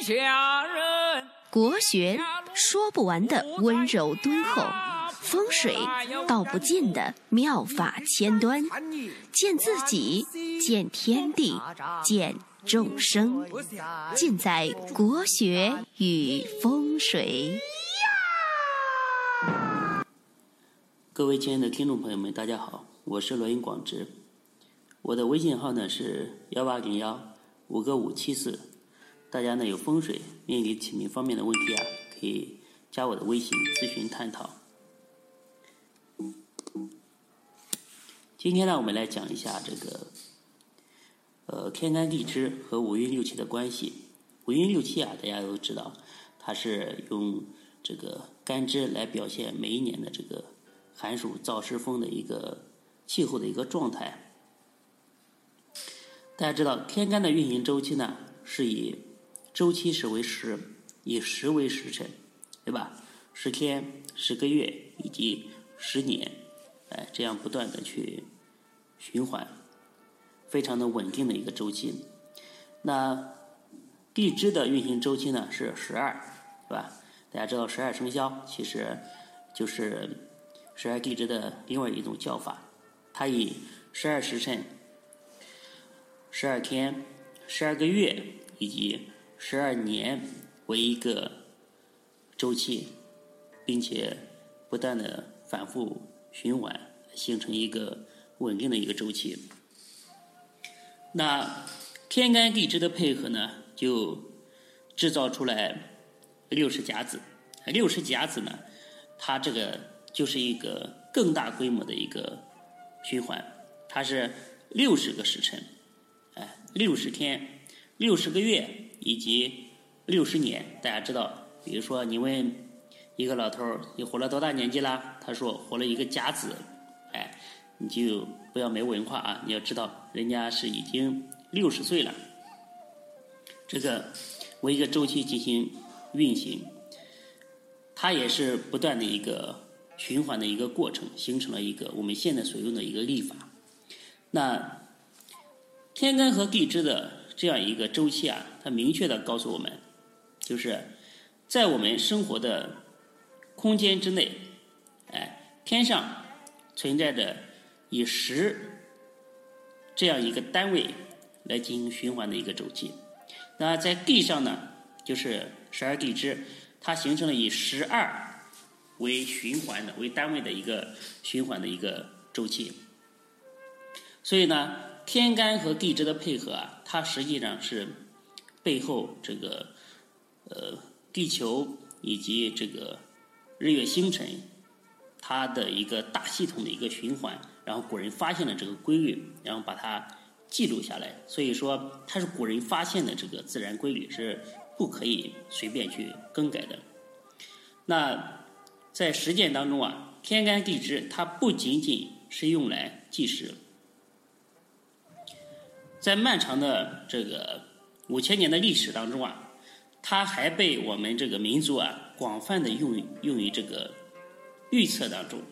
下人。 国学说不完的温柔敦厚，风水道不尽的妙法千端，见自己，见天地，见众生，尽在国学与风水。 各位亲爱的听众朋友们，大家好，我是罗云广直，我的微信号呢是1801-5个574，大家呢有风水、命理、起名方面的问题可以加我的微信咨询探讨。今天呢，我们来讲一下这个天干地支和五运六气的关系。五运六气大家都知道，它是用这个干支来表现每一年的这个寒暑燥湿风的一个气候的一个状态。大家知道天干的运行周期呢，是以周期时为10，以10为时辰，对吧？10天、10个月以及10年，这样不断的去循环，非常的稳定的一个周期。那地支的运行周期呢是12，对吧？大家知道12生肖其实就是12地支的另外一种叫法，它以12时辰、12天、12个月以及12年为一个周期，并且不断的反复循环，形成一个稳定的一个周期。那天干地支的配合呢，就制造出来60甲子。60甲子呢，它这个就是一个更大规模的一个循环，它是60个时辰，60天、60个月以及60年。大家知道，比如说你问一个老头你活了多大年纪啦？他说活了一个甲子，你就不要没文化你要知道人家是已经60岁了。这个为一个周期进行运行，它也是不断的一个循环的一个过程，形成了一个我们现在所用的一个历法。那天干和地支的这样一个周期它明确的告诉我们，就是在我们生活的空间之内，天上存在着以10这样一个单位来进行循环的一个周期。那在地上呢，就是12地支，它形成了以12为循环的为单位的一个循环的一个周期。所以呢，天干和地支的配合它实际上是背后这个地球以及这个日月星辰它的一个大系统的一个循环，然后古人发现了这个规律，然后把它记录下来。所以说它是古人发现的这个自然规律，是不可以随便去更改的。那在实践当中天干地支它不仅仅是用来计时，在漫长的这个5000年的历史当中它还被我们这个民族广泛的用于这个预测当中。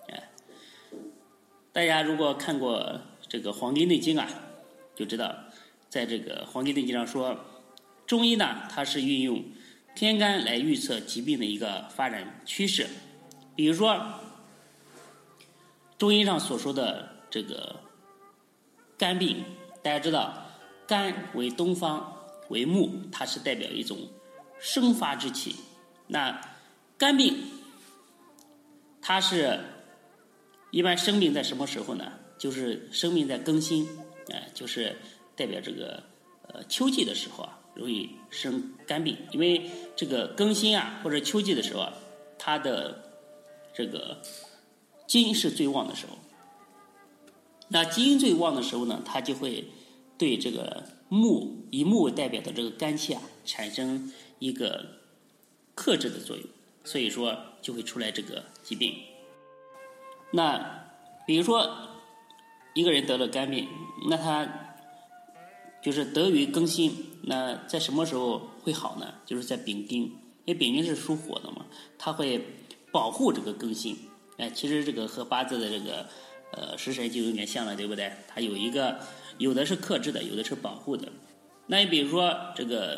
大家如果看过这个《黄帝内经》就知道，在这个《黄帝内经》上说，中医呢它是运用天干来预测疾病的一个发展趋势。比如说中医上所说的这个肝病，大家知道肝为东方为木，它是代表一种生发之气。那肝病它是一般生病在什么时候呢？就是生病在庚辛，就是代表这个秋季的时候容易生肝病。因为这个庚辛或者秋季的时候它的这个金是最旺的时候。那金最旺的时候呢，它就会对这个木，以木为代表的这个肝气产生一个克制的作用，所以说就会出来这个疾病。那比如说一个人得了肝病，那他就是得于庚辛，那在什么时候会好呢？就是在丙丁，因为丙丁是属火的嘛，它会保护这个庚辛。其实这个和八字的这个食神就有点像了，对不对？它有的是克制的，有的是保护的。那你比如说这个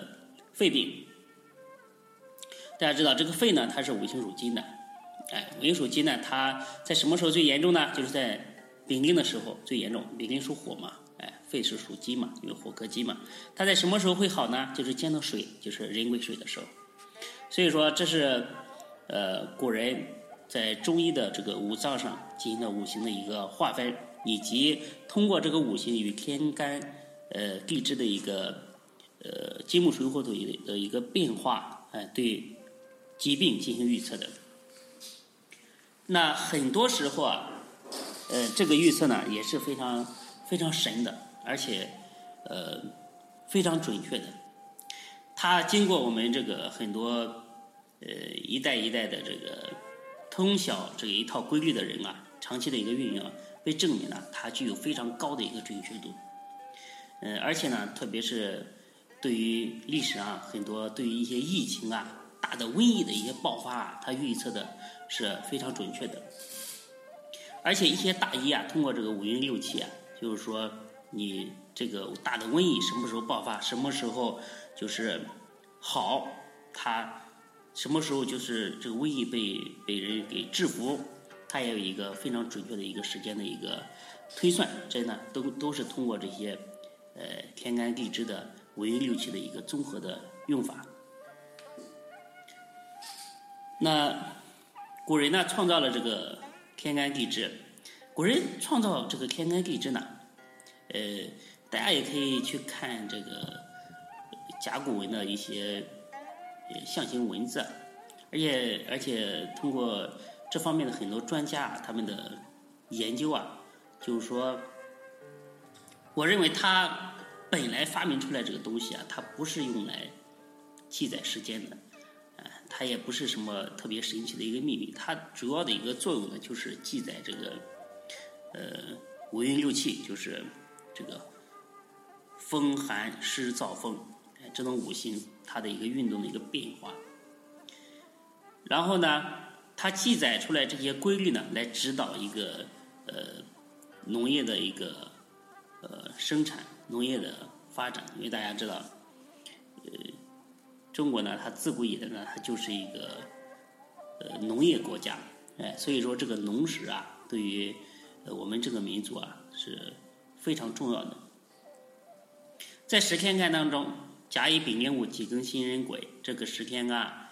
肺病。大家知道这个肺呢，它是五行属金的，五行属金呢，它在什么时候最严重呢？就是在丙丁的时候最严重。丙丁属火嘛，肺是属金嘛，因为火克金嘛。它在什么时候会好呢？就是见到水，就是壬癸水的时候。所以说这是古人在中医的这个五脏上进行了五行的一个划分，以及通过这个五行与天干地支的一个金木水火土的一个变化，对疾病进行预测的。那很多时候啊，这个预测呢也是非常非常神的，而且非常准确的。它经过我们这个很多一代一代的这个通晓这一套规律的人啊，长期的一个运用，被证明了它具有非常高的一个准确度。而且呢，特别是对于历史上很多对于一些疫情啊、大的瘟疫的一些爆发啊，它预测的是非常准确的。而且一些大医啊，通过这个五运六气啊，就是说你这个大的瘟疫什么时候爆发，什么时候就是好，它什么时候就是这个瘟疫被人给制服，它也有一个非常准确的一个时间的一个推算。这呢都是通过这些天干地支的五运六气的一个综合的用法。那古人呢创造了这个天干地支，古人创造这个天干地支呢，大家也可以去看这个甲骨文的一些象形文字，而且通过这方面的很多专家他们的研究啊，就是说，我认为他本来发明出来这个东西啊，它不是用来记载时间的，它也不是什么特别神奇的一个秘密，它主要的一个作用呢，就是记载这个五运六气，就是这个风寒湿燥风这种五行它的一个运动的一个变化。然后呢，它记载出来这些规律呢，来指导一个农业的一个生产，农业的发展。因为大家知道，中国呢，它自古以来呢，它就是一个农业国家，所以说这个农时啊，对于我们这个民族啊是非常重要的。在十天干当中，甲乙丙丁戊己庚辛壬癸这个十天干，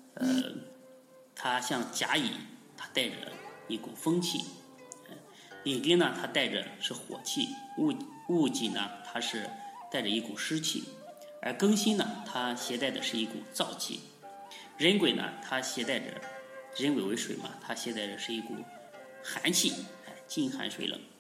它像甲乙，它带着一股风气；丙丁呢，它带着是火气；戊己呢，它是带着一股湿气；而庚辛呢，它携带的是一股燥气；壬癸呢，它携带着壬癸为水嘛，它携带着是一股寒气，金寒水冷。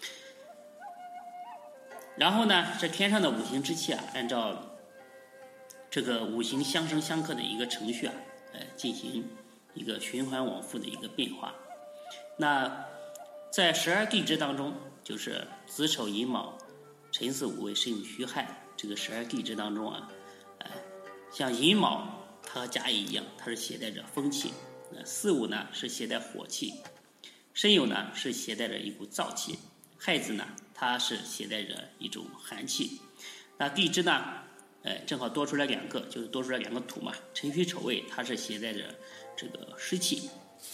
然后呢，这天上的五行之气啊，按照这个五行相生相克的一个程序啊，进行一个循环往复的一个变化。那在12地支当中，就是子丑寅卯辰巳午未申酉戌亥这个12地支当中啊，像寅卯它和甲乙一样，它是携带着风气；巳午呢是携带火气，申酉呢是携带着一股燥气，亥子呢它是携带着一种寒气。那地支呢，正好多出来两个，就是多出来两个土嘛，辰戌丑未它是携带着这个湿气。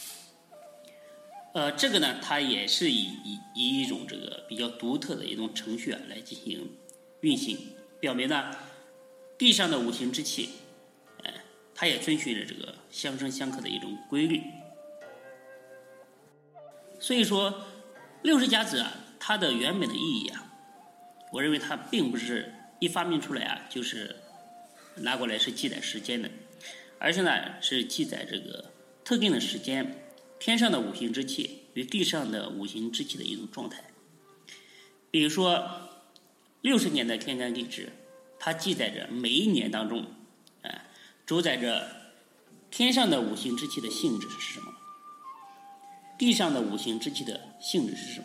这个呢，它也是以一种这个比较独特的一种程序啊来进行运行，表明呢地上的五行之气，它也遵循着这个相生相克的一种规律。所以说60甲子啊，它的原本的意义啊，我认为它并不是一发明出来啊就是拿过来是记载时间的，而是呢是记载这个特定的时间，天上的五行之气与地上的五行之气的一种状态。比如说60年的天干地支，它记载着每一年当中，主宰着天上的五行之气的性质是什么，地上的五行之气的性质是什么。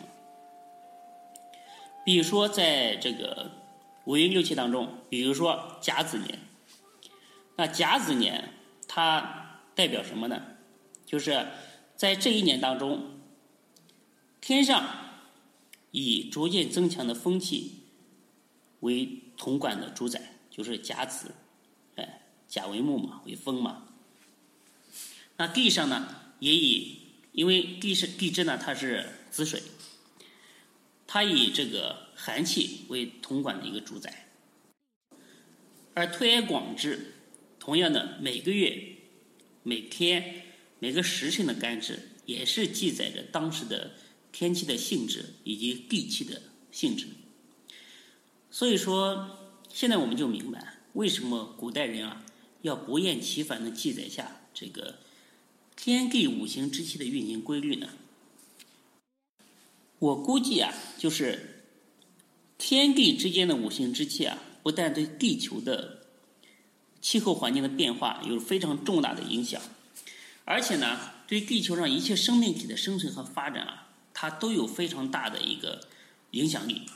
比如说在这个五运六气当中，比如说甲子年，那甲子年它代表什么呢？就是在这一年当中，天上以逐渐增强的风气为统管的主宰，就是甲子， 甲为木嘛，为风嘛。那地上呢，因为地支呢它是子水，它以这个寒气为统管的一个主宰。而推而广之，同样的每个月、每天、每个时辰的干支，也是记载着当时的天气的性质以及地气的性质。所以说，现在我们就明白为什么古代人要不厌其烦地记载下这个天地五行之气的运行规律呢？我估计就是天地之间的五行之气不但对地球的气候环境的变化有非常重大的影响，而且呢，对地球上一切生命体的生存和发展它都有非常大的一个影响力。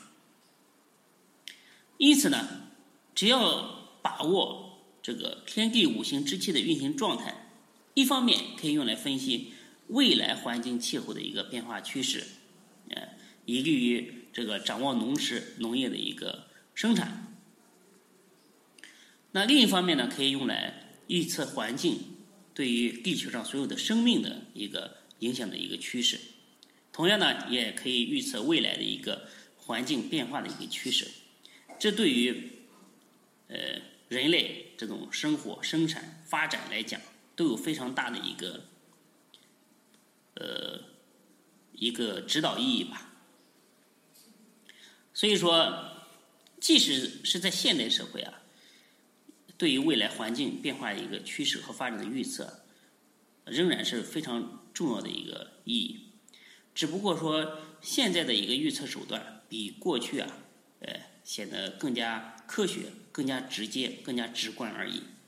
因此呢，只要把握这个天地五行之气的运行状态，一方面可以用来分析未来环境气候的一个变化趋势，以利于这个掌握农业的一个生产。那另一方面呢，可以用来预测环境对于地球上所有的生命的一个影响的一个趋势。同样呢，也可以预测未来的一个环境变化的一个趋势。这对于人类这种生活、生产、发展来讲，都有非常大的一个指导意义吧。所以说，即使是在现代社会对于未来环境变化的一个趋势和发展的预测，仍然是非常重要的一个意义。只不过说，现在的一个预测手段比过去显得更加科学、更加直接、更加直观而已。